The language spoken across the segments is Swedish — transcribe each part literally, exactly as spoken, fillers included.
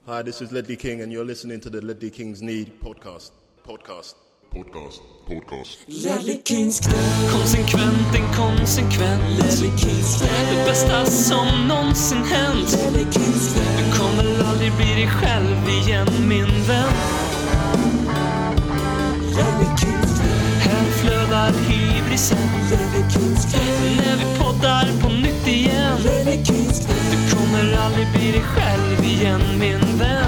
Hi, this is Ledley King and you're listening to the Ledley Kings Need podcast. Podcast. Podcast. Podcast. Ledley Kings knä. Konsekvent, inkonsekvent. Ledley Kings knä. Det bästa som någonsin hänt. Ledley Kings knä. Du kommer aldrig bli dig själv igen, min vän. Ledley Kings knä. Här flödar hybrisen. Ledley Kings knä. När vi poddar på nytt igen. Ledley Kings knä. Du kommer aldrig bli dig själv igen, min vän.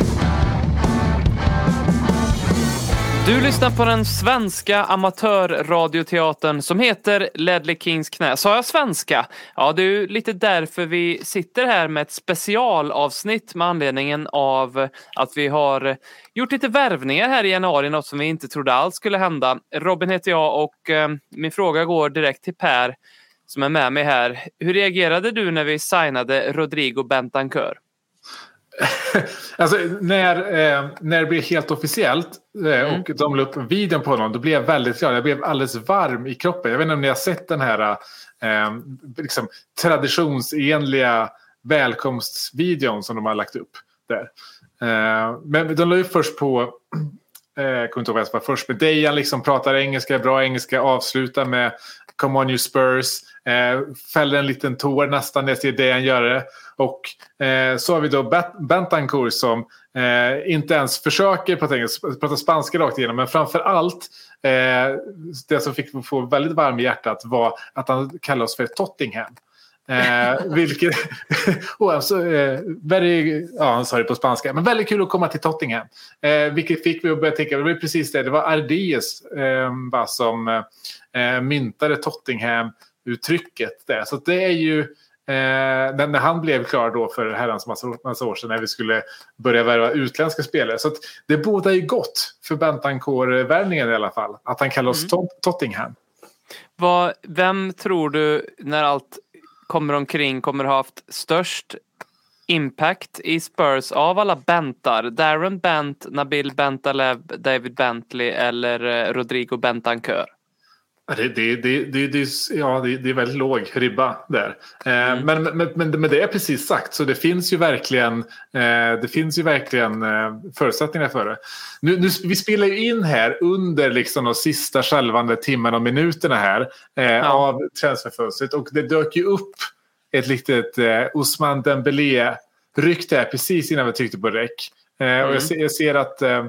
Du lyssnar på den svenska amatörradioteatern som heter Ledley Kings knä. Sa jag svenska? Ja, det är ju lite därför vi sitter här med ett specialavsnitt med anledningen av att vi har gjort lite värvningar här i januari, något som vi inte trodde alls skulle hända. Robin heter jag och eh, min fråga går direkt till Per som är med mig här. Hur reagerade du när vi signade Rodrigo Bentancur? Alltså när, eh, när det blev helt officiellt eh, Mm. och de la upp videon på honom, då blev jag väldigt glad. Jag blev alldeles varm i kroppen. Jag vet inte om ni har sett den här eh, liksom, traditionsenliga välkomstvideon som de har lagt upp där. Eh, men de la upp först på eh, jag kommer inte ihåg vad jag var först med Dejan, liksom pratar engelska, bra engelska, avslutar med Come on you Spurs, eh, fäller en liten tår nästan när jag ser Dejan göra det. Och eh, så har vi då Bentancur som eh, inte ens försöker prata, engelska, prata spanska rakt igenom. Men framför allt eh, det som fick få väldigt varm i hjärtat var att han kallar oss för Tottenham. Eh, vilket oh, alltså, eh, very, ja, han sa det på spanska, men väldigt kul att komma till Tottenham. Eh, vilket fick vi att börja tänka, det var precis det, det var Ardies eh, som eh, myntade Tottenham-uttrycket där. Så det är ju eh, när han blev klar då för herrans massa, massa år sedan när vi skulle börja värva utländska spelare. Så att det båda ju gott för Bentancur-värvningen i alla fall, att han kallar oss mm. Tottenham. Vad, vem tror du när allt kommer omkring kommer ha haft störst impact i Spurs av alla Bentar? Darren Bent, Nabil Bentalev, David Bentley eller Rodrigo Bentancur? Det, det, det, det, det, ja, det, det är väldigt låg ribba där. Mm. Eh, men, men, men, men det är precis sagt, så det finns ju verkligen, eh, det finns ju verkligen eh, förutsättningar för det. Nu, nu, vi spelar ju in här under liksom de sista självande timmarna och minuterna här eh, ja. av transferfönstret, och det dök ju upp ett litet eh, Ousmane Dembélé-rykte här precis innan vi tryckte på räck. Eh, mm. Och jag ser, jag ser att eh,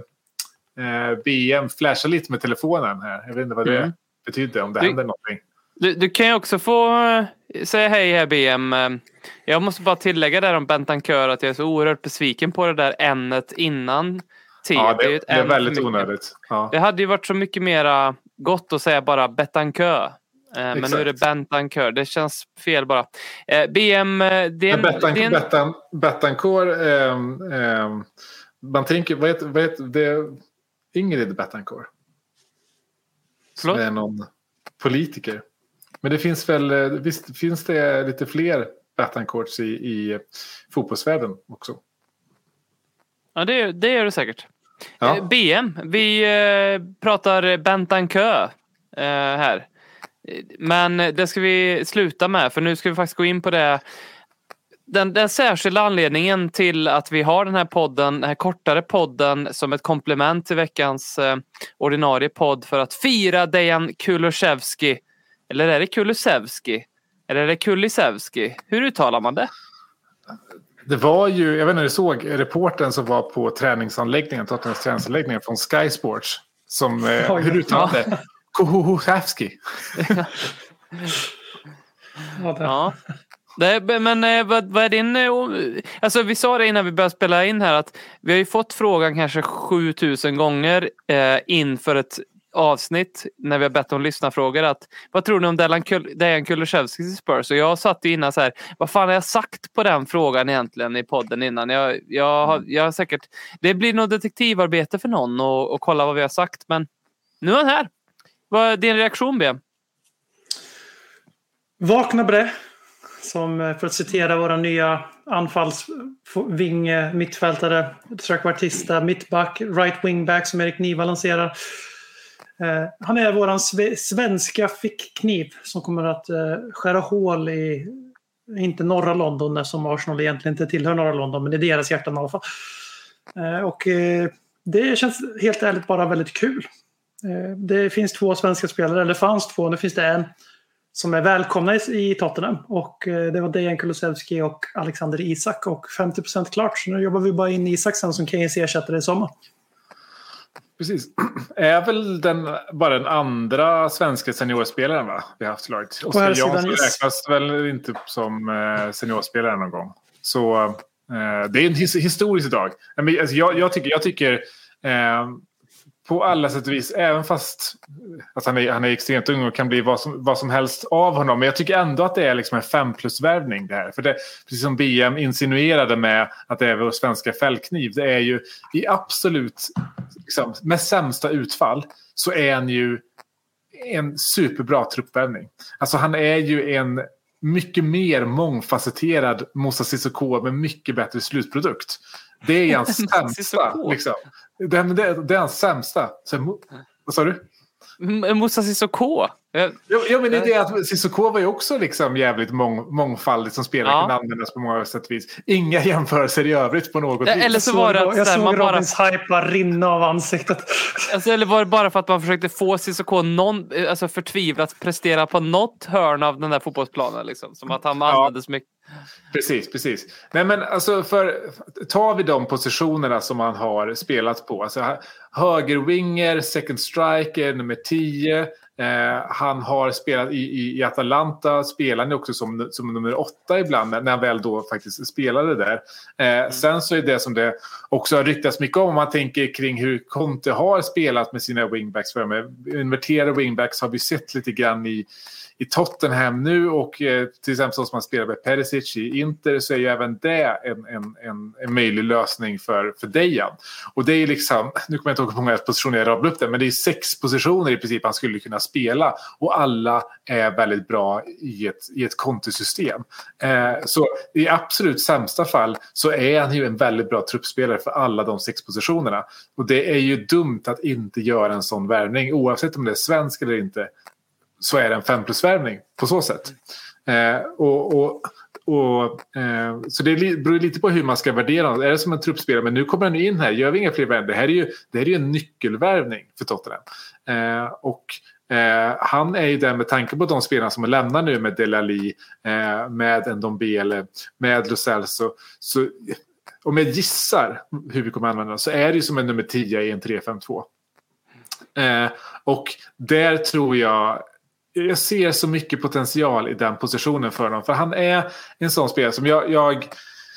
B M flashar lite med telefonen här. Jag vet inte vad det är. Mm. betyder om det du, händer någonting. Du, du kan ju också få säga hej här B M. Jag måste bara tillägga där om Bentancur att jag är så oerhört besviken på det där ämnet innan T. Ja, det, det är, det är väldigt onödigt. Ja. Det hade ju varit så mycket mera gott att säga bara Bentancur. Men Exakt. Nu är det Bentancur. Det känns fel bara. B M, det är en... Betan, det är en... Betan, Bentancur, eh, eh, man tänker, vad heter, vad heter det? Ingrid Bentancur. Som är någon politiker. Men det finns väl, visst finns det lite fler Bentancurs i, i fotbollsvärlden också? Ja, det, det gör det säkert. Ja. Eh, B M, vi eh, pratar Bentancur eh, här. Men det ska vi sluta med, för nu ska vi faktiskt gå in på det. Den, den särskilda anledningen till att vi har den här podden, den här kortare podden som ett komplement till veckans eh, ordinarie podd för att fira Dejan Kulusevski. Eller är det Kulusevski? Eller är det Kulisevski? Hur uttalar man det? Det var ju, jag vet inte, du såg reporten som var på träningsanläggningen, Tottenhams träningsanläggningen från Sky Sports. Som, eh, hur uttalar man det? Kulusevski. Ja. Det, men vad, vad är din... Alltså vi sa det innan vi började spela in här att vi har ju fått frågan kanske sjutusen gånger eh, inför ett avsnitt när vi har bett om lyssnarfrågor att vad tror ni om Dejan Kulusevski till Spurs? Och jag satt ju innan så här, vad fan har jag sagt på den frågan egentligen i podden innan? Jag, jag, har, jag har säkert... Det blir nog detektivarbete för någon och, och kolla vad vi har sagt, men nu är han här. Vad är din reaktion, B? Vakna bre. Som, för att citera våra nya anfallsving mittfältare, trekvartista, mittback, right wingback som Erik Niva lanserar. Eh, han är våran sve- svenska fickkniv som kommer att eh, skära hål i, inte norra London som Arsenal egentligen inte tillhör norra London, men i deras hjärtan i alla fall. Eh, och eh, det känns helt ärligt bara väldigt kul. Eh, det finns två svenska spelare, eller fanns två, nu finns det en som är välkomna i, i Tottenham. Och eh, det var Dejan Kulusevski och Alexander Isak, och femtio procent klart. Så nu jobbar vi bara in Isak sen som Keynes ersättare i sommar. Precis. Är väl den, bara den andra svenska seniorspelaren, va? Vi har haft laget. Oskar Jansson räknas väl inte som eh, seniorspelare någon gång. Så eh, det är en his- historisk dag. Men, alltså, jag, jag tycker, jag tycker eh, på alla sätt och vis, även fast alltså, han, är, han är extremt ung och kan bli vad som, vad som helst av honom. Men jag tycker ändå att det är liksom en fem plus-värvning det här. För det, precis som B M insinuerade med att det är vår svenska fällkniv, det är ju i absolut liksom, med sämsta utfall så är han ju en superbra truppvärvning. Alltså han är ju en mycket mer mångfacetterad Moussa Sissoko med mycket bättre slutprodukt. Det är hans sämsta. Liksom. Det, det, det är hans sämsta. Så, vad sa du? M- Moussa Sissoko. Ja, ja, men det är det att Sissoko var ju också liksom jävligt mång, mångfaldigt som spelare ja. Kan användas på många sätt och vis. Inga jämförelser i övrigt på något vis. Eller så var det att jag såg man Robins bara... hype bara rinna av ansiktet. Alltså, eller var det bara för att man försökte få Sissoko någon, alltså förtvivlat prestera på något hörn av den där fotbollsplanen liksom, som att han användes ja. mycket. Precis, precis. Nej, men alltså för tar vi de positionerna som han har spelat på, alltså högerwinger, second striker, nummer tio. Eh, han har spelat i, i, i Atalanta, spelade också som, som nummer åtta ibland när han väl då faktiskt spelade där. Eh, mm. Sen så är det som det också har ryktats mycket om, om man tänker kring hur Conte har spelat med sina wingbacks för mig. Inverterade wingbacks har vi sett lite grann i i Tottenham nu, och eh, till exempel som man spelar med Perisic i Inter, så är ju även det en, en, en, en möjlig lösning för, för Dejan. Och det är liksom, nu kommer jag inte ihåg hur många positioner jag rablar upp det, men det är sex positioner i princip han skulle kunna spela, och alla är väldigt bra i ett, i ett kontosystem. Eh, så i absolut sämsta fall så är han ju en väldigt bra truppspelare för alla de sex positionerna. Och det är ju dumt att inte göra en sån värvning, oavsett om det är svensk eller inte. Så är det en fem plus-värvning på så sätt. Eh, och, och, och, eh, så det beror lite på hur man ska värdera. Är det som en truppspelare? Men nu kommer han in här. Gör vi inga fler värvningar? Det här är ju, det här är ju en nyckelvärvning för Tottenham. Eh, och eh, han är ju där med tanke på de spelarna som lämnar nu med Delali, eh, med Ndombele, med Lo Celso. Så om jag gissar hur vi kommer använda, så är det ju som en nummer tio i en tre fem två. Eh, och där tror jag jag ser så mycket potential i den positionen för honom. För han är en sån spelare som jag... jag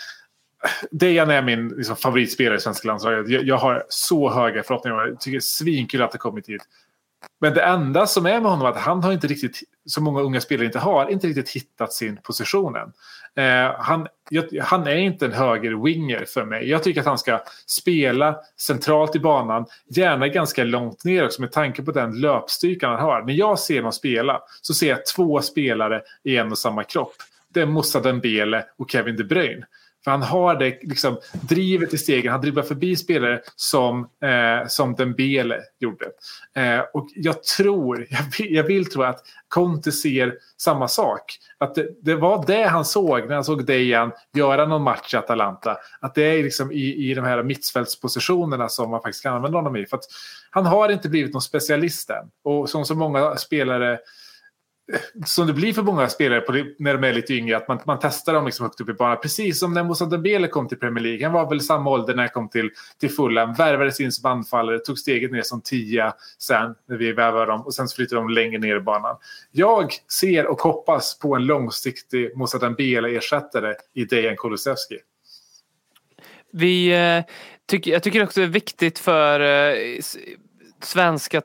Dejan är min liksom, favoritspelare i svenska landslaget. Jag, jag har så höga förhoppningar. Jag tycker det är svinkul att det kommit hit. Men det enda som är med honom är att han har inte riktigt, så många unga spelare inte har, inte riktigt hittat sin positionen. Eh, han, jag, han är inte en höger-winger för mig. Jag tycker att han ska spela centralt i banan, gärna ganska långt ner också med tanke på den löpstyrkan han har. När jag ser någon spela så ser jag två spelare i en och samma kropp. Det är Moussa Dembele och Kevin De Bruyne. För han har det liksom, drivet i stegen. Han dribblar förbi spelare som, eh, som Dembele gjorde. Eh, och jag tror, jag vill, jag vill tro att Conte ser samma sak. Att det, det var det han såg när han såg Dejan göra någon match i Atalanta. Att det är liksom i, i de här mittfältspositionerna som man faktiskt kan använda honom i. För att han har inte blivit någon specialist än. Och som så många spelare... som det blir för många spelare på, när de är lite yngre, att man, man testar dem liksom högt upp i banan, precis som när Moussa Dembele kom till Premier League. Han var väl samma ålder när han kom till, till Fulham, värvades in som anfallare, tog steget ner som tia sen när vi värvade dem, och sen flyttade de längre ner i banan. Jag ser och hoppas på en långsiktig Moussa Dembele-ersättare i Dejan Kulusevski. Vi, eh, tycker, jag tycker också det är viktigt för eh, svenska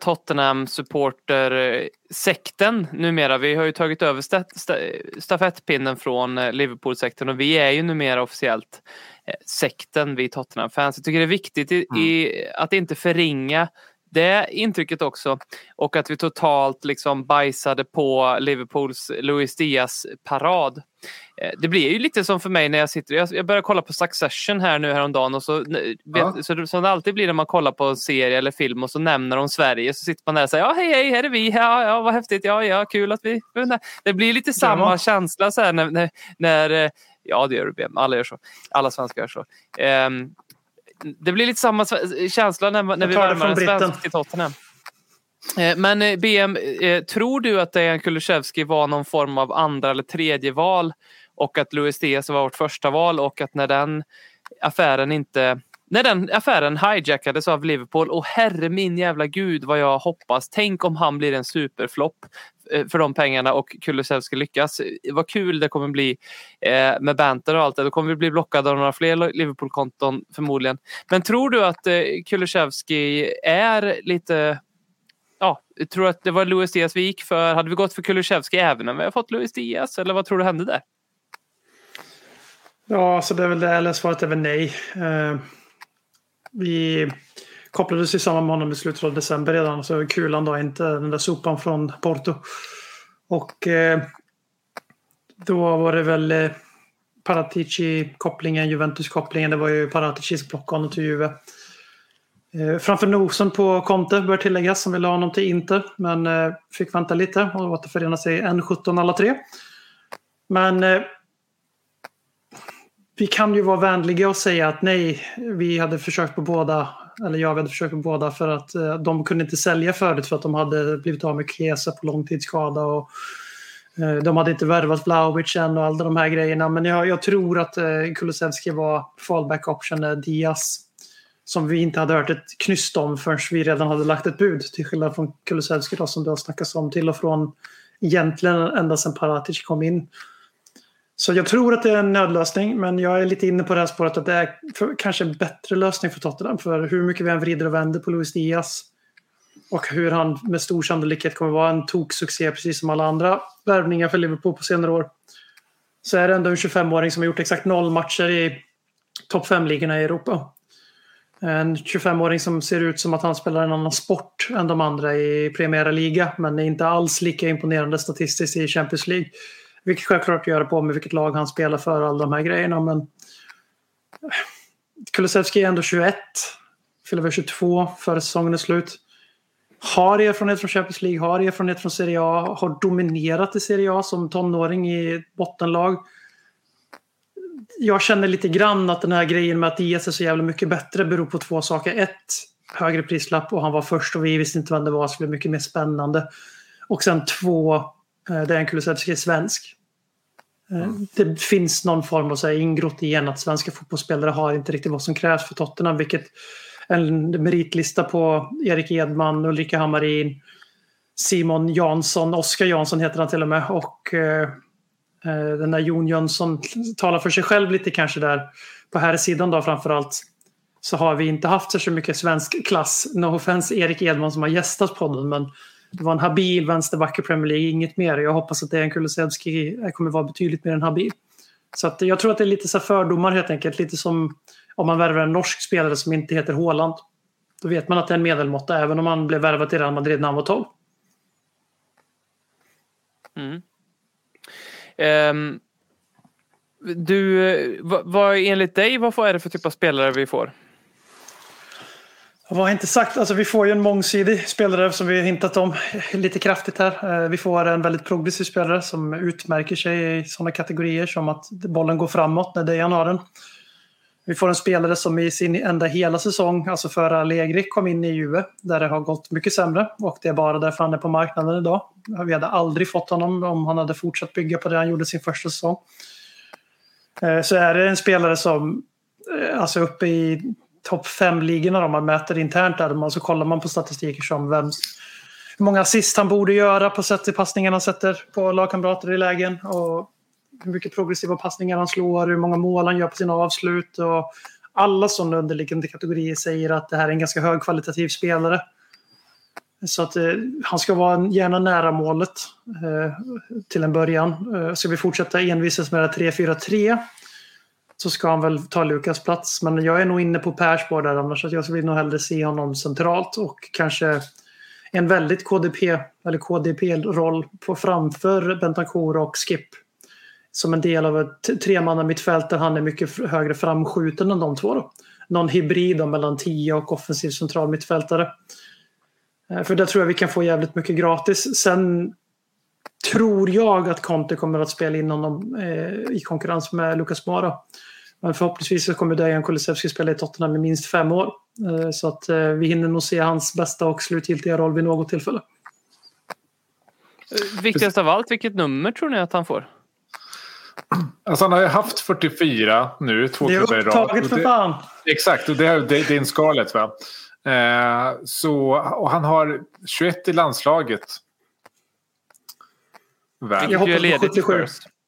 Tottenham-supporter-sekten numera. Vi har ju tagit över sta- sta- stafettpinnen från Liverpool-sekten, och vi är ju numera officiellt eh, sekten, vi Tottenham-fans. Jag tycker det är viktigt i, mm. i, att inte förringa det intrycket också, och att vi totalt liksom bajsade på Liverpools Luis Diaz-parad. Det blir ju lite som för mig när jag sitter, jag, jag börjar kolla på Succession här nu häromdagen, och så, ja. vet, så som det alltid blir när man kollar på en serie eller film och så nämner de Sverige, så sitter man där och säger ja hej hej, här är vi, ja, ja vad häftigt, ja ja kul att vi, det blir lite samma ja. känsla så här när, när, när ja det gör det, alla gör så, alla svenskar gör så. Um, det blir lite samma känsla när, när vi värmar en svensk till Tottenham. Men B M, tror du att Dejan Kulusevski var någon form av andra eller tredje val och att Luis Diaz var vårt första val och att när den affären inte när den affären hijackades av Liverpool och herre min jävla gud vad jag hoppas, tänk om han blir en superflopp för de pengarna och Kulusevski lyckas, vad kul det kommer bli med banter och allt det, då kommer vi bli blockade av några fler Liverpool-konton förmodligen. Men tror du att Kulusevski är lite ja, jag tror att det var Luis Diaz vi gick för. Hade vi gått för Kulusevski även om vi har fått Luis Diaz? Eller vad tror du hände där? Ja, så det är väl det ärliga svaret är väl nej. Eh, vi kopplades ju samman med honom i slutet av december redan. Så kulan då inte den där sopan från Porto. Och eh, då var det väl eh, Paratici-kopplingen, Juventus-kopplingen. Det var ju Paraticis blockande till Juve. Eh, framför nosen på Conte bör tilläggas som ville ha honom till Inter. Men eh, fick vänta lite och återförena sig en sjutton alla tre. Men eh, vi kan ju vara vänliga och säga att nej, vi hade försökt på båda, eller jag hade försökt på båda för att eh, de kunde inte sälja förut för att de hade blivit av med Chiesa på långtidsskada och eh, de hade inte värvat Vlahovic än och alla de här grejerna. Men jag, jag tror att eh, Kulusevski var fallback option eh, Diaz som vi inte hade hört ett knyst om förrän vi redan hade lagt ett bud, till skillnad från Kulusevski då, som det har snackats om till och från egentligen ända sedan Paratici kom in. Så jag tror att det är en nödlösning, men jag är lite inne på det här spåret att det är för, kanske en bättre lösning för Tottenham, för hur mycket vi än vrider och vänder på Luis Diaz och hur han med stor sannolikhet kommer vara en toksuccé precis som alla andra värvningar för Liverpool på senare år, så är det ändå en tjugofemåring som har gjort exakt noll matcher i topp fem-ligorna i Europa. En tjugofemåring som ser ut som att han spelar en annan sport än de andra i Premier Liga, men är inte alls lika imponerande statistiskt i Champions League. Vilket självklart gör det på med vilket lag han spelar för alla de här grejerna. Men Kulusevski är ändå tjugoett. Fyller väl tjugotvå före säsongen är slut. Har erfarenhet från Champions League. Har erfarenhet från Serie A. Har dominerat i Serie A som tonåring i bottenlag. Jag känner lite grann att den här grejen med att Diaz är så jävla mycket bättre beror på två saker. Ett, högre prislapp och han var först och vi visste inte vem det var, så det blev mycket mer spännande. Och sen två, det är en Kulusevski är svensk. Mm. Det finns någon form av så här ingrott igen att svenska fotbollsspelare har inte riktigt vad som krävs för Tottenham, vilket en meritlista på Erik Edman, Ulrika Hammarin, Simon Jansson, Oskar Jansson heter han till och med, och eh, den där Jon Jönsson talar för sig själv lite kanske där på här sidan då framförallt. Så har vi inte haft så mycket svensk klass. No offense Erik Edman som har gästat podden, men det var en habil vänsterback i Premier League, inget mer. Jag hoppas att det är en Kulusevski kommer vara betydligt mer än habil. Så att jag tror att det är lite så fördomar helt enkelt. Lite som om man värvar en norsk spelare som inte heter Haaland. Då vet man att det är en medelmåtta även om man blev värvad till Real Madrid när han var tolv. Mm. Um, du, vad, vad enligt dig, vad är det för typ av spelare vi får? Jag har inte sagt, alltså vi får ju en mångsidig spelare som vi har hintat om lite kraftigt här. Vi får en väldigt progressiv spelare som utmärker sig i sådana kategorier som att bollen går framåt när Dejan har den. Vi får en spelare som i sin enda hela säsong, alltså före Allegri, kom in i Juve där det har gått mycket sämre och det är bara därför han är på marknaden idag. Vi hade aldrig fått honom om han hade fortsatt bygga på det han gjorde sin första säsong. Så är det en spelare som alltså uppe i topp fem-ligorna om man mäter internt där, så kollar man på statistiker som vem, hur många assist han borde göra på sätt till passningarna han sätter på lagkamrater i lägen och hur mycket progressiva passningar han slår, hur många mål han gör på sina avslut och alla sådana underliggande kategorier säger att det här är en ganska högkvalitativ spelare. Så att eh, han ska vara gärna nära målet eh, till en början. Eh, ska vi fortsätta envisas med det tre fyra tre så ska han väl ta Lukas plats. Men jag är nog inne på Pers spår där annars, att jag vill nog hellre se honom centralt och kanske en väldigt K D P eller K D P-roll på framför Bentancur och Skip. Som en del av ett tremanna mittfält där han är mycket högre framskjuten än de två då. Någon hybrid då, mellan tio och offensiv central mittfältare. För där tror jag vi kan få jävligt mycket gratis. Sen tror jag att Conte kommer att spela in honom eh, i konkurrens med Lucas Moura. Men förhoppningsvis så kommer Dejan Kulusevski spela i Tottenham i minst fem år. Så att vi hinner nog se hans bästa och slutgiltiga roll vid något tillfälle. Viktigast av allt, vilket nummer tror ni att han får? Alltså han har ju haft fyrtiofyra nu, två det är klubbar i rad. upptaget för fan. Exakt, och det är, det, det är en skalet va? Eh, så, och han har tjugoett i landslaget. Väl. Jag hoppas på sjuttiosju.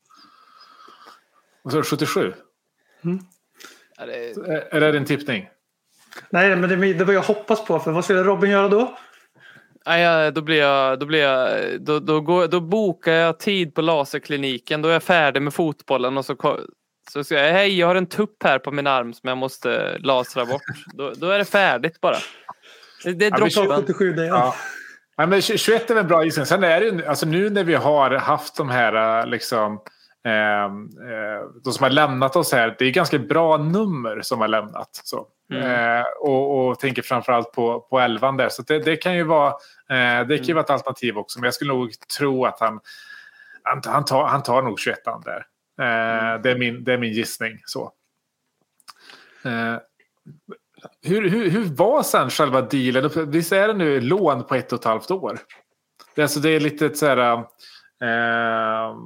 Och så sjuttiosju? Mm. Är det... Är det en tippning? Nej, men det, det var jag hoppas på. För vad skulle Robin göra då? Nej, då blir jag, då blir jag, då, då, går, då bokar jag tid på laserkliniken. Då är jag färdig med fotbollen och så, så säger jag, hej, jag har en tupp här på min arm som jag måste lasra bort. Då, då är det färdigt bara. Det, det är ja, droppen. sjuttiosju, det, ja. Ja. Ja, men tjugoett är väl bra gissning. Sen är det ju, alltså nu när vi har haft de här liksom eh, eh, de som har lämnat oss här, det är ganska bra nummer som har lämnat så. Mm. Eh, och, och tänker framförallt på, på elvan där. Så det, det kan ju vara eh, det kan ju vara ett alternativ också. Men jag skulle nog tro att han han, han, tar, han tar nog tjugoettan där. Eh, mm. det, är min, det är min gissning så. Eh, hur, hur, hur var sen själva dealen? Visst är det nu lån på ett och ett halvt år? Det är, alltså, det är lite ett så här eh,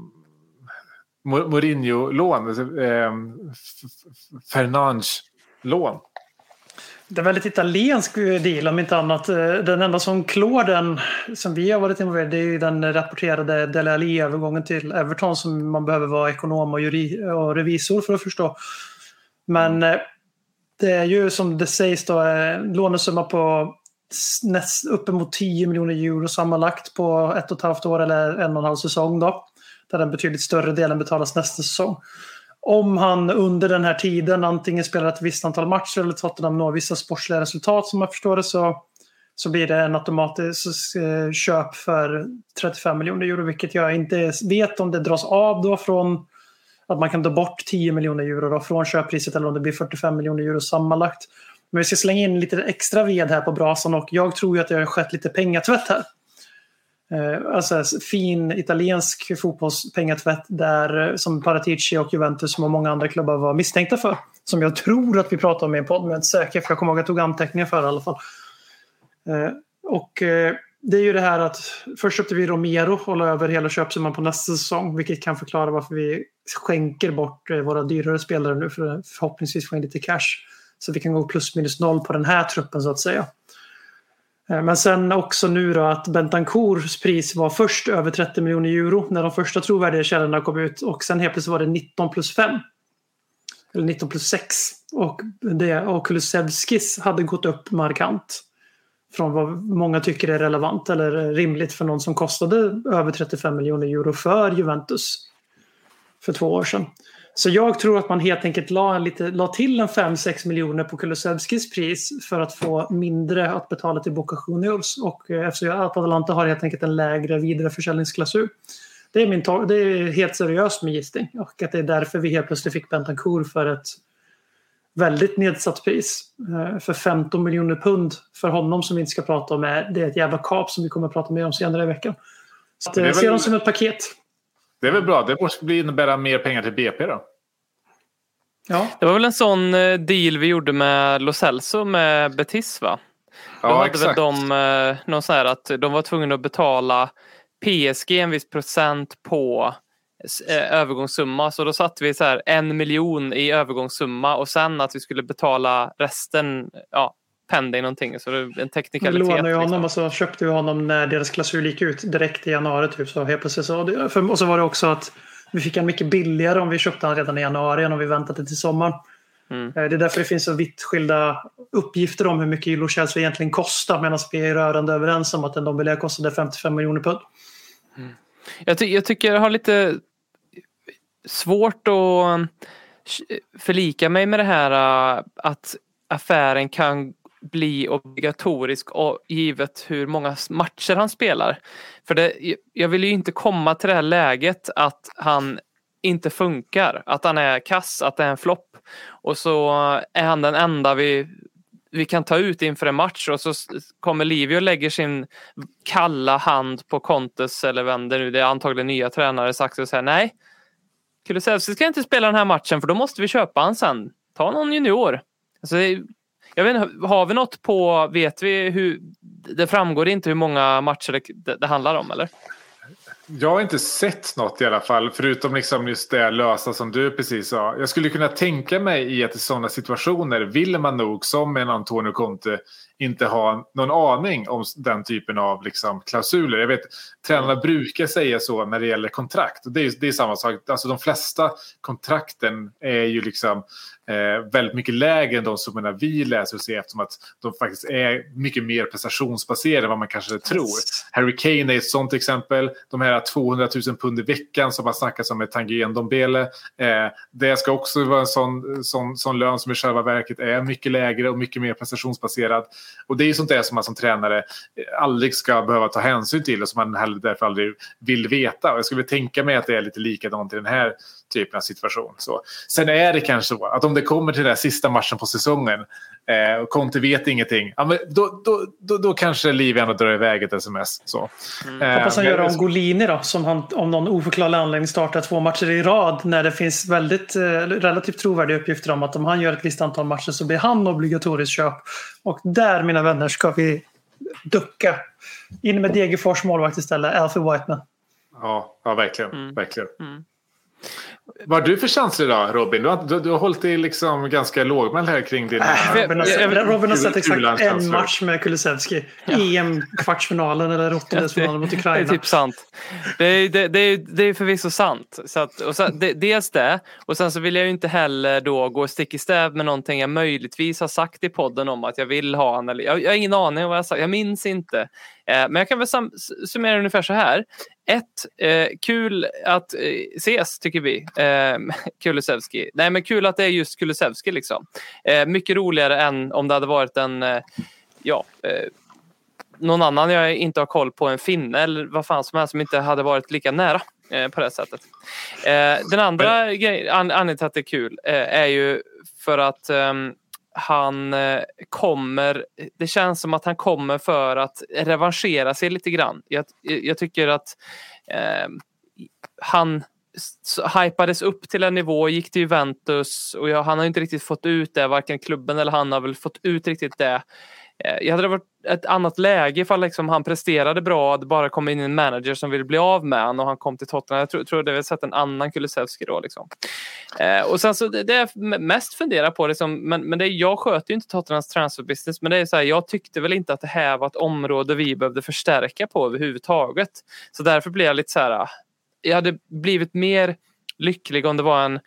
Mourinho-lån. Eh, Fernandes-lån. Det är väldigt italiensk deal om inte annat. Den enda som klår den som vi har varit involverade, det är ju den rapporterade Dele Alli-övergången till Everton som man behöver vara ekonom och, juri- och revisor för att förstå. Men det är ju som det sägs då lånesumma på näst, uppemot tio miljoner euro sammanlagt på ett och ett halvt år eller en och en halv säsong då. Där den betydligt större delen betalas nästa säsong. Om han under den här tiden antingen spelar ett visst antal matcher eller Tottenham når vissa sportsliga resultat som jag förstår det så, så blir det en automatisk eh, köp för trettiofem miljoner euro, vilket jag inte vet om det dras av då från att man kan ta bort tio miljoner euro då från köppriset eller om det blir fyrtiofem miljoner euro sammanlagt. Men vi ska slänga in lite extra ved här på brasan och jag tror ju att det har skett lite pengatvätt här. Alltså fin italiensk fotbollspengatvätt där som Paratici och Juventus och många andra klubbar var misstänkta för. Som jag tror att vi pratar om i en podd, men jag är inte säker för jag kommer ihåg att jag tog anteckningar för i alla fall. Och det är ju det här att först köpte vi Romero och la över hela köpsumman på nästa säsong, vilket kan förklara varför vi skänker bort våra dyrare spelare nu för att förhoppningsvis få in lite cash. Så vi kan gå plus minus noll på den här truppen så att säga. Men sen också nu då att Bentancurs pris var först över trettio miljoner euro när de första trovärdiga källorna kom ut och sen helt plötsligt var det nitton plus fem eller nitton plus sex och, det, och Kulusevskis hade gått upp markant från vad många tycker är relevant eller rimligt för någon som kostade över trettiofem miljoner euro för Juventus för två år sedan. Så jag tror att man helt enkelt la, en lite, la till en fem sex miljoner på Kulusevskis pris för att få mindre att betala till Boca Juniors. Och eftersom att Atalanta har helt enkelt en lägre vidareförsäljningsklausul. Det är, min tag- det är helt seriöst med gissning. Och att det är därför vi helt plötsligt fick Bentancur för ett väldigt nedsatt pris. För femton miljoner pund för honom som vi inte ska prata om. Är, det är ett jävla kap som vi kommer att prata mer om senare i veckan. Så det ser dem som ett paket. Det är väl bra. Det måste bli innebära mer pengar till B P då. Ja. Det var väl en sån deal vi gjorde med Lo Celso med Betis va? Då Ja, hade exakt. väl de någon sån här att de var tvungna att betala P S G en viss procent på övergångssumma. Så då satte vi så här en miljon i övergångssumma och sen att vi skulle betala resten, ja, pending någonting. Så det är en teknikalitet. Vi lånade ju honom liksom. och så köpte vi honom när deras klausul gick ut direkt i januari typ. Så helt plötsligt så, och så var det också att vi fick en mycket billigare om vi köpte han redan i januari än om vi väntade till sommaren. Mm. Det är därför det finns så vitt skilda uppgifter om hur mycket Lo Celso egentligen kostar medan vi är rörande överens om att den billiga kostade femtiofem miljoner pund. Mm. Jag, ty- jag tycker jag har lite svårt att förlika mig med det här att affären kan bli obligatorisk och givet hur många matcher han spelar. För det, jag vill ju inte komma till det här läget att han inte funkar, att han är kass, att det är en flopp och så är han den enda vi, vi kan ta ut inför en match och så kommer Livio och lägger sin kalla hand på Contes eller vem det nu, det är antagligen nya tränare sagt och säger nej, Kulusevski ska inte spela den här matchen för då måste vi köpa han sen. Ta någon junior. Alltså, jag vet inte, har vi något på, vet vi hur, det framgår inte hur många matcher det, det, det handlar om, eller? Jag har inte sett något i alla fall, förutom liksom just det lösa som du precis sa. Jag skulle kunna tänka mig i att i sådana situationer vill man nog som en Antonio Conte inte ha någon aning om den typen av liksom klausuler. Jag vet, tränarna brukar säga så när det gäller kontrakt. Och det är, det är samma sak. Alltså de flesta kontrakten är ju liksom eh, väldigt mycket lägre än de som vi läser och ser, eftersom att de faktiskt är mycket mer prestationsbaserade än vad man kanske tror. Harry Kane är ett sånt exempel. De här tvåhundratusen pund i veckan som man snackar som med Tanguy Ndombele. Eh, det ska också vara en sån, sån, sån lön som i själva verket är mycket lägre och mycket mer prestationsbaserad. Och det är ju sånt där som man som tränare aldrig ska behöva ta hänsyn till och som man heller därför aldrig vill veta. Och jag skulle tänka mig att det är lite likadant i den här typen av situation. Så. Sen är det kanske så att om det kommer till den här sista matchen på säsongen eh, och Conte vet ingenting, ja, men då, då, då, då kanske Livian drar iväg ett sms. Så. Mm. Eh, Hoppas han gör om Golini då, som han om någon oförklarlig anledning startar två matcher i rad när det finns väldigt eh, relativt trovärdiga uppgifter om att om han gör ett visst antal matcher så blir han obligatoriskt köp. Och där, mina vänner, ska vi ducka. In med Degerfors målvakt istället, Alfie Whiteman. Ja, ja verkligen. Mm. verkligen. Mm. Vad har du för chanser då, Robin? Du har, du, du har hållit dig liksom ganska lågmäld här kring din... Äh, Robin har sett, Robin har sett exakt en match med Kulusevski. Ja. E M-kvartsfinalen eller åttondelsfinalen mot Ukraina. Det är typ sant. Det är, det, det är, det är förvisso sant. Så att, och så, det, dels det. Och sen så vill jag ju inte heller då gå stick i stäv med någonting jag möjligtvis har sagt i podden om att jag vill ha han. Eller, jag, jag har ingen aning om vad jag har sagt. Jag minns inte. Eh, men jag kan väl sam- summera ungefär så här. Ett, eh, kul att eh, ses tycker vi. Eh, Kulusevski. Nej, men kul att det är just Kulusevski liksom. Eh, mycket roligare än om det hade varit en eh, ja, eh, någon annan jag inte har koll på, en finne eller vad fan som helst som inte hade varit lika nära eh, på det sättet. Eh, den andra men... grejen, an- anledningen till att det är kul eh, är ju för att eh, han eh, kommer, det känns som att han kommer för att revanschera sig lite grann. Jag, jag tycker att eh, han hypades upp till en nivå, gick till Juventus och jag, han har inte riktigt fått ut det, varken klubben eller han har väl fått ut riktigt det. Eh, jag hade varit ett annat läge ifall liksom han presterade bra, det bara kom in en manager som ville bli av med han och han kom till Tottenham. Jag tror, tror det har sett en annan Kulusevski då liksom. Eh, och sen så det, det jag mest funderar på liksom, men, men det, jag sköter ju inte Tottenhams transferbusiness, men det är så här, jag tyckte väl inte att det här var ett område vi behövde förstärka på överhuvudtaget. Så därför blev jag lite så här, jag hade blivit mer lycklig om det var en,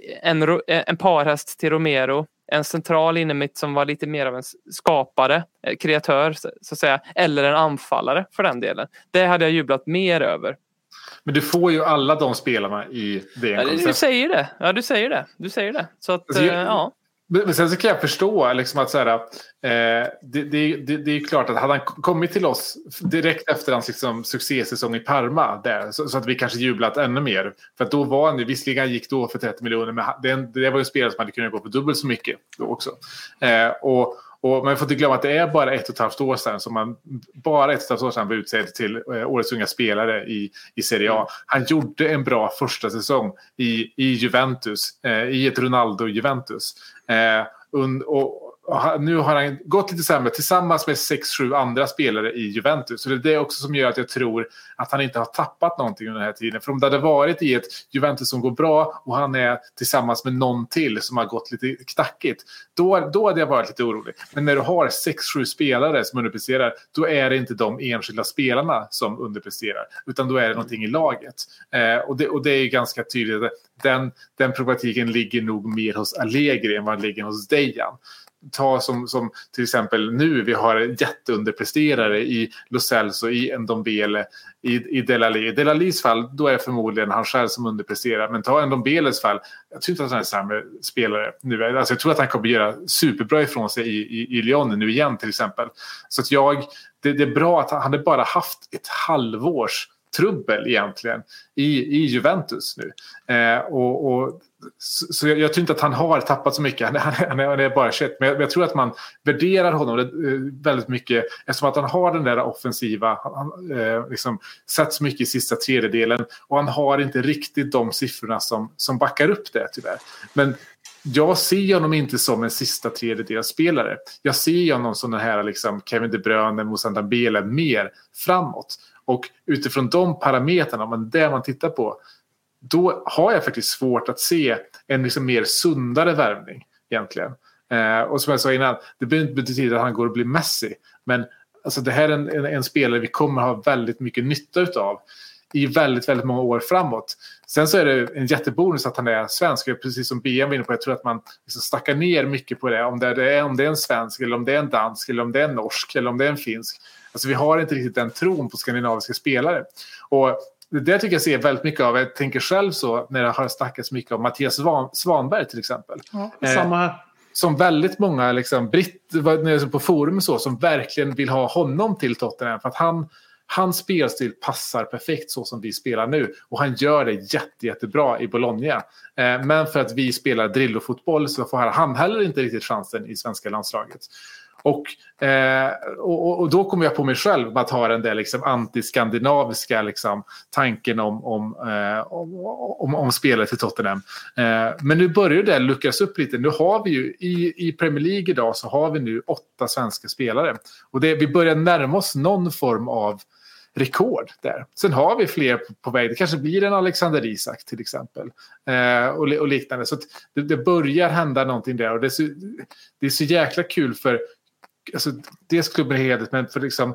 en, en parhäst till Romero, en central inne mitt som var lite mer av en skapare, kreatör så att säga, eller en anfallare för den delen. Det hade jag jublat mer över. Men du får ju alla de spelarna i det. Ja, du säger det. Ja, du säger det. Du säger det. Så att, alltså, jag, ja. Men sen så kan jag förstå liksom att så här, eh, det, det, det, det är klart att hade han kommit till oss direkt efter hans liksom, succésäsong i Parma där, så, så att vi kanske jublat ännu mer. För att då var han, visserligen gick då för trettio miljoner, men det, det var ju en spelare som hade kunnat gå på dubbelt så mycket då också. Eh, och Och man får inte glömma att det är bara ett och ett halvt år sedan som man bara ett och ett halvt år sedan var utsedd till eh, årets unga spelare i, i Serie A. Han gjorde en bra första säsong i, i Juventus, eh, i ett Ronaldo-Juventus. Eh, und, och, och nu har han gått lite sämre tillsammans med sex sju andra spelare i Juventus. Så det är det också som gör att jag tror att han inte har tappat någonting under den här tiden. För om det hade varit i ett Juventus som går bra och han är tillsammans med någon till som har gått lite knackigt, då, då hade jag varit lite orolig. Men när du har sex sju spelare som underpresterar, då är det inte de enskilda spelarna som underpresterar, utan då är det någonting i laget. Eh, och, det, och det är ju ganska tydligt att den, den problematiken ligger nog mer hos Allegri än vad den ligger hos Dejan. Ta som, som till exempel nu, vi har jätteunderpresterare i Lo Celso, i Ndombele, i, i Delali. I Delalis fall, då är det förmodligen han själv som underpresterar. Men ta Ndombeles fall, jag tror inte att han är samma spelare nu. Alltså jag tror att han kommer göra superbra ifrån sig i, i, i Lyon nu igen till exempel. Så att jag, det, det är bra att han hade bara haft ett halvårs trubbel egentligen i, i Juventus nu. Eh, och, och, så, så jag, jag tror inte att han har tappat så mycket. Han, han, han, är, han är bara shit. Men jag, jag tror att man värderar honom det, eh, väldigt mycket eftersom att han har den där offensiva. Han eh, liksom sätts mycket i sista tredjedelen och han har inte riktigt de siffrorna som, som backar upp det tyvärr. Men jag ser honom inte som en sista tredjedels spelare. Jag ser honom som den här liksom Kevin De Bruyne, Moussa Dembélé mer framåt. Och utifrån de parametrarna, men det man tittar på, då har jag faktiskt svårt att se en liksom mer sundare värvning egentligen. Eh, och som jag sa innan, det behöver inte betyda att han går att bli Messi. Men alltså, det här är en, en, en spelare vi kommer ha väldigt mycket nytta utav i väldigt, väldigt många år framåt. Sen så är det en jättebonus att han är svensk. Precis som B M var inne på, jag tror att man liksom stackar ner mycket på det. Om det, är, om det är en svensk, eller om det är en dansk, eller om det är en norsk, eller om det är en finsk. Alltså vi har inte riktigt den tron på skandinaviska spelare. Och det tycker jag ser väldigt mycket av. Jag tänker själv så när det har stackats mycket av Mattias Svan, Svanberg till exempel. Ja, samma här. Eh, som väldigt många liksom, britt, på forum så, som verkligen vill ha honom till Tottenham. För att han, hans spelstil passar perfekt så som vi spelar nu. Och han gör det jätte, jättebra i Bologna. Eh, men för att vi spelar Drillo-fotboll så får han heller inte riktigt chansen i svenska landslaget. Och, eh, och, och då kommer jag på mig själv att ha den där liksom antiskandinaviska liksom, tanken om, om, eh, om, om, om spelet till Tottenham. Eh, men nu börjar det luckras upp lite. Nu har vi ju i, i Premier League idag så har vi nu åtta svenska spelare. Och det, vi börjar närma oss någon form av rekord där. Sen har vi fler på, på väg. Det kanske blir en Alexander Isak till exempel. Eh, och, och liknande. Så att det, det börjar hända någonting där. Och det är så, det är så jäkla kul för alltså, dels klubben är hedet, men för liksom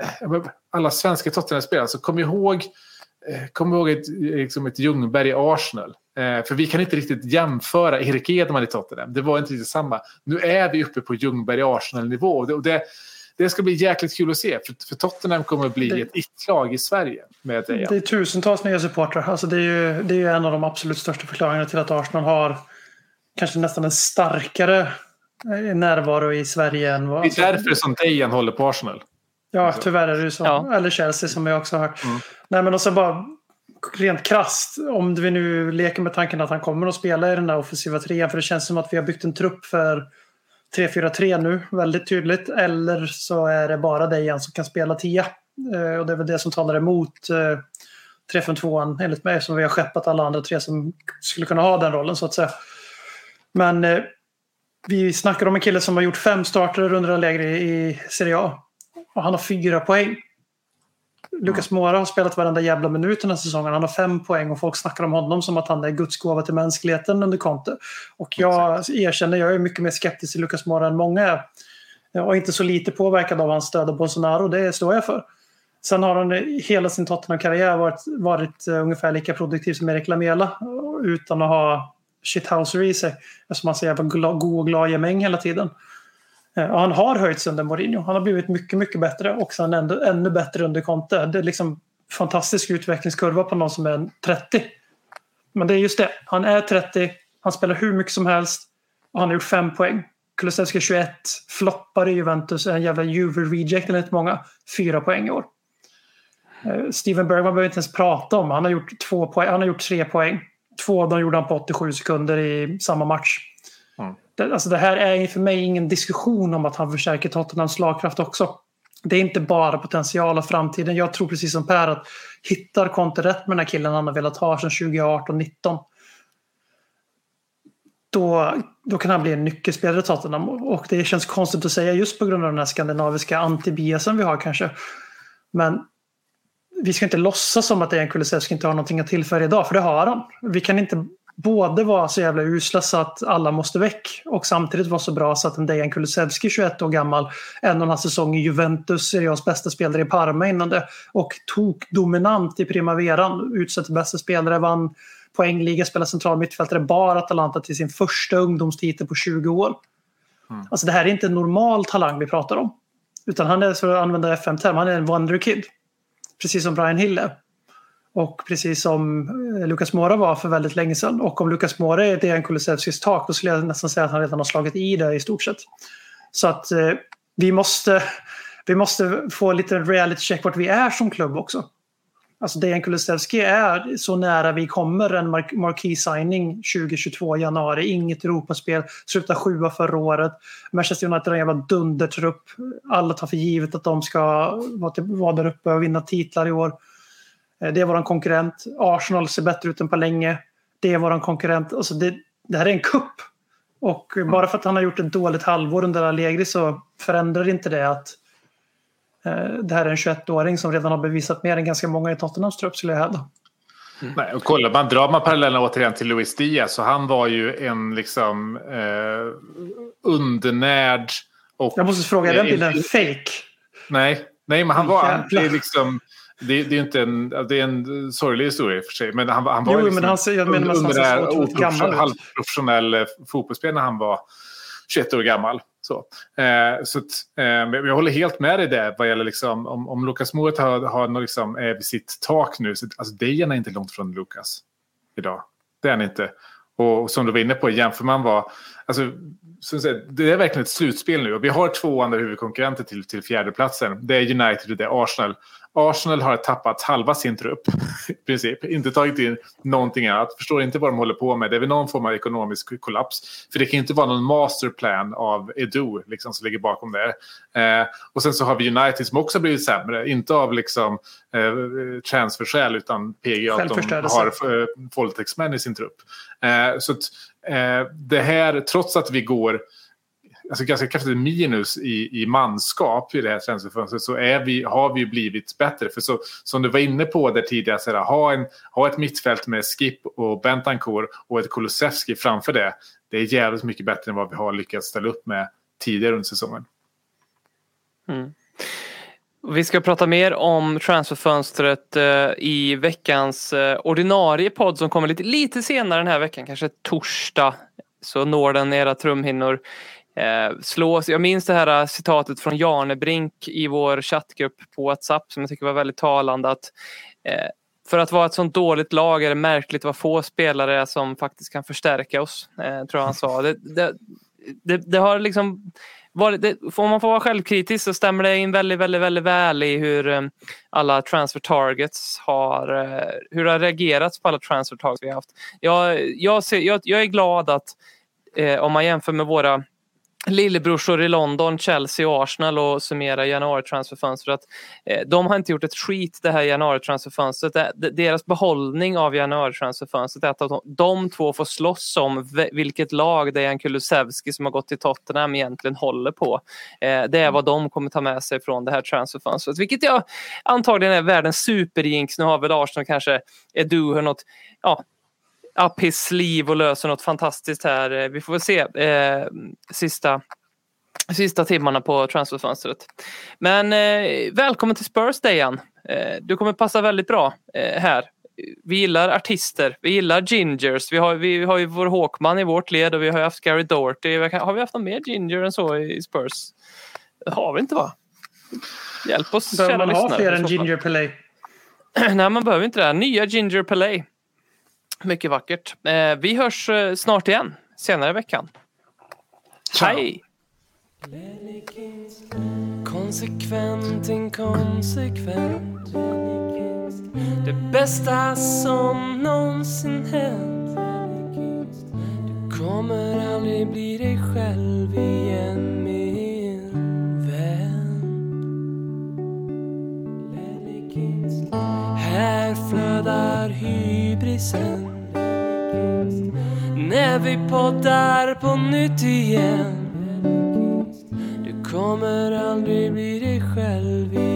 alla svenska Tottenham-spelare så kom ihåg kom ihåg ett, liksom ett Ljungberg i Arsenal. Eh, för vi kan inte riktigt jämföra Erik Edman i Tottenham. Det var inte riktigt samma. Nu är vi uppe på Ljungberg i Arsenal-nivå. Och det, och det, det ska bli jäkligt kul att se. För, för Tottenham kommer att bli det, ett it-lag i Sverige. Med det, det är tusentals nya supportrar. Alltså det, är ju, det är ju en av de absolut största förklaringarna till att Arsenal har kanske nästan en starkare närvaro i Sverige än vad... Det är därför som Dejan håller på Arsenal. Ja, tyvärr är det ju så. Ja. Eller Chelsea som jag också har hört. Mm. Nej, men också bara rent krasst, om vi nu leker med tanken att han kommer att spela i den där offensiva trean, för det känns som att vi har byggt en trupp för tre fyra tre nu, väldigt tydligt. Eller så är det bara Dejan som kan spela tia. Och det är väl det som talar emot tre fem tvåan enligt mig, som vi har skeppat alla andra tre som skulle kunna ha den rollen så att säga. Men vi snackar om en kille som har gjort fem starter under en lägre i Serie A. Och han har fyra poäng. Lucas Moura har spelat varenda jävla minut den här säsongen. Han har fem poäng och folk snackar om honom som att han är Guds gåva till mänskligheten under Conte. Och jag erkänner, jag är mycket mer skeptisk till Lucas Moura än många är. Och inte så lite påverkad av hans stöd av Bolsonaro, det står jag för. Sen har han hela sin Tottenham-karriär varit, varit ungefär lika produktiv som Erik Lamela utan att ha shithouser i sig. Eftersom han säger god och glad gemäng hela tiden. Och han har höjts under Mourinho. Han har blivit mycket, mycket bättre. Och sen ännu, ännu bättre under Conte. Det är liksom fantastisk utvecklingskurva på någon som är trettio. Men det är just det. Han är trettio. Han spelar hur mycket som helst. Och han har gjort fem poäng. Kulusevski tjugoett. Floppar i Juventus. En jävla Juve-reject eller inte många. Fyra poäng i år. Steven Bergman behöver inte ens prata om. Han har gjort, två poäng. Han har gjort tre poäng. Två av dem gjorde han på åttiosju sekunder i samma match. Mm. Det, alltså det här är för mig ingen diskussion om att han förstärker Tottenhams slagkraft också. Det är inte bara potential och framtiden. Jag tror precis som Per att hittar Conte rätt med den här killen han har velat ha sedan tjugo arton nitton. Då, då kan han bli en nyckelspelare i Tottenham. Och det känns konstigt att säga just på grund av den här skandinaviska antibiasen vi har kanske. Men vi ska inte låtsas som att Dejan Kulusevski inte har någonting att tillföra idag, för det har han. Vi kan inte både vara så jävla usla så att alla måste väck och samtidigt vara så bra så att en Dejan Kulusevski, tjugoett år gammal, en och en halv säsong i Juventus, Serias bästa spelare i Parma innan det, och tog dominant i Primaveran, utsett bästa spelare, vann poängliga, spelade central mittfältare, bar Atalanta till sin första ungdomstitel på tjugo år. Mm. Alltså det här är inte en normal talang vi pratar om, utan han är, för att använda F M-term, han är en wonderkid. Precis som Brian Hille. Och precis som Lucas Moura var för väldigt länge sedan. Och om Lucas Moura är Dejan Kulusevskis tak, då skulle jag nästan säga att han redan har slagit i det i stort sett. Så att eh, vi måste vi måste få lite reality check vart vi är som klubb också. Alltså Dejan Kulusevski är så nära vi kommer en mark- marquee-signing tjugo tjugotvå i januari. Inget Europaspel, sluta sjua förra året. Manchester United är en jävla dundertrupp. Alla tar för givet att de ska vara, till, vara där uppe och vinna titlar i år. Det är våran konkurrent. Arsenal ser bättre ut än på länge. Det är våran konkurrent. Alltså det, det här är en kupp. Och bara för att han har gjort ett dåligt halvår under Allegri så förändrar inte det att det här är en tjugoett-åring som redan har bevisat mer än ganska många i Tottenhams trupp skulle jag hävda. Mm. Nej, och kolla, man drar man parallellen återigen till Luis Diaz, så han var ju en liksom eh, undernärd och... Jag måste fråga, är den bilden fake? Nej, nej, men han var han, det är liksom... Det, det är inte en, det är en sorglig historia för sig, men han, han var jo, liksom men han, jag menar, undernärd halvprofessionell fotbollsspelare när han var tjugoett år gammal. Så, eh, så att, eh, jag håller helt med dig där vad gäller liksom, om, om Lucas Moura har, har något liksom, är vid sitt tak nu. Så, alltså Dejan är inte långt från Lucas idag. Det är han inte. Och som du var inne på, jämför man var... Alltså, så säga, det är verkligen ett slutspel nu. Och vi har två andra huvudkonkurrenter till, till fjärdeplatsen. Det är United och det är Arsenal. Arsenal har tappat halva sin trupp i princip. Inte tagit in någonting annat. Förstår inte vad de håller på med. Det är väl någon form av ekonomisk kollaps. För det kan inte vara någon masterplan av Edu liksom, som ligger bakom det. Eh, och sen så har vi United som också blivit sämre. Inte av liksom, eh, transferskäl utan P G att de har eh, våldtäktsmän i sin trupp. Eh, så att eh, det här, trots att vi går... Alltså ganska kraftigt minus i, i manskap i det här transferfönstret, så är vi, har vi blivit bättre. För så, som du var inne på där tidigare, så här, ha, en, ha ett mittfält med Skip och Bentancur och ett Kulusevski framför det. Det är jävligt mycket bättre än vad vi har lyckats ställa upp med tidigare under säsongen. Mm. Vi ska prata mer om transferfönstret eh, i veckans eh, ordinarie podd som kommer lite, lite senare den här veckan, kanske torsdag, så når den era trumhinnor. Eh, slås. Jag minns det här citatet från Jarnebrink i vår chattgrupp på WhatsApp som jag tycker var väldigt talande, att eh, för att vara ett sånt dåligt lag är det märkligt vad få spelare som faktiskt kan förstärka oss, eh, tror jag han sa. Det, det, det, det har liksom varit, det, får man få vara självkritisk så stämmer det in väldigt, väldigt, väldigt väl i hur eh, alla transfer targets har, eh, hur det har reagerats på alla transfer targets vi har haft. Jag, jag, ser, jag, jag är glad att eh, om man jämför med våra lillebrorsor i London, Chelsea och Arsenal och summera januari-transferfönstret. Eh, de har inte gjort ett skit det här januari-transferfönstret. Det, deras behållning av januari-transferfönstret är att de, de två får slåss om v- vilket lag det är en Kulusevski som har gått till Tottenham egentligen håller på. Eh, det är vad de kommer ta med sig från det här transferfönstret. Vilket jag antagligen är världens superjinx. Nu har väl Arsenal kanske Edu något... Ja, up his sleeve och löser något fantastiskt här. Vi får väl se eh, sista, sista timmarna på transferfönstret. Men eh, välkommen till Spurs, Dejan. Eh, du kommer passa väldigt bra eh, här. Vi gillar artister, vi gillar gingers. Vi har, vi har ju vår Håkman i vårt led och vi har haft Gary Doherty. Har vi haft någon mer ginger än så i Spurs? Det har vi inte, va? Hjälp oss, kära lyssnare. Behöver man ha fler än Ginger Pelé? Nej, man behöver inte det. Nya Ginger Pelé. Mycket vackert. Eh, vi hörs eh, snart igen, senare i veckan. Ciao. Hej! Konsekvent, inkonsekvent. Det bästa som någonsin hänt. Du kommer aldrig bli dig själv igen, min vän. Här flödar hybrisen när vi poddar på nytt igen. Du kommer aldrig bli dig själv igen.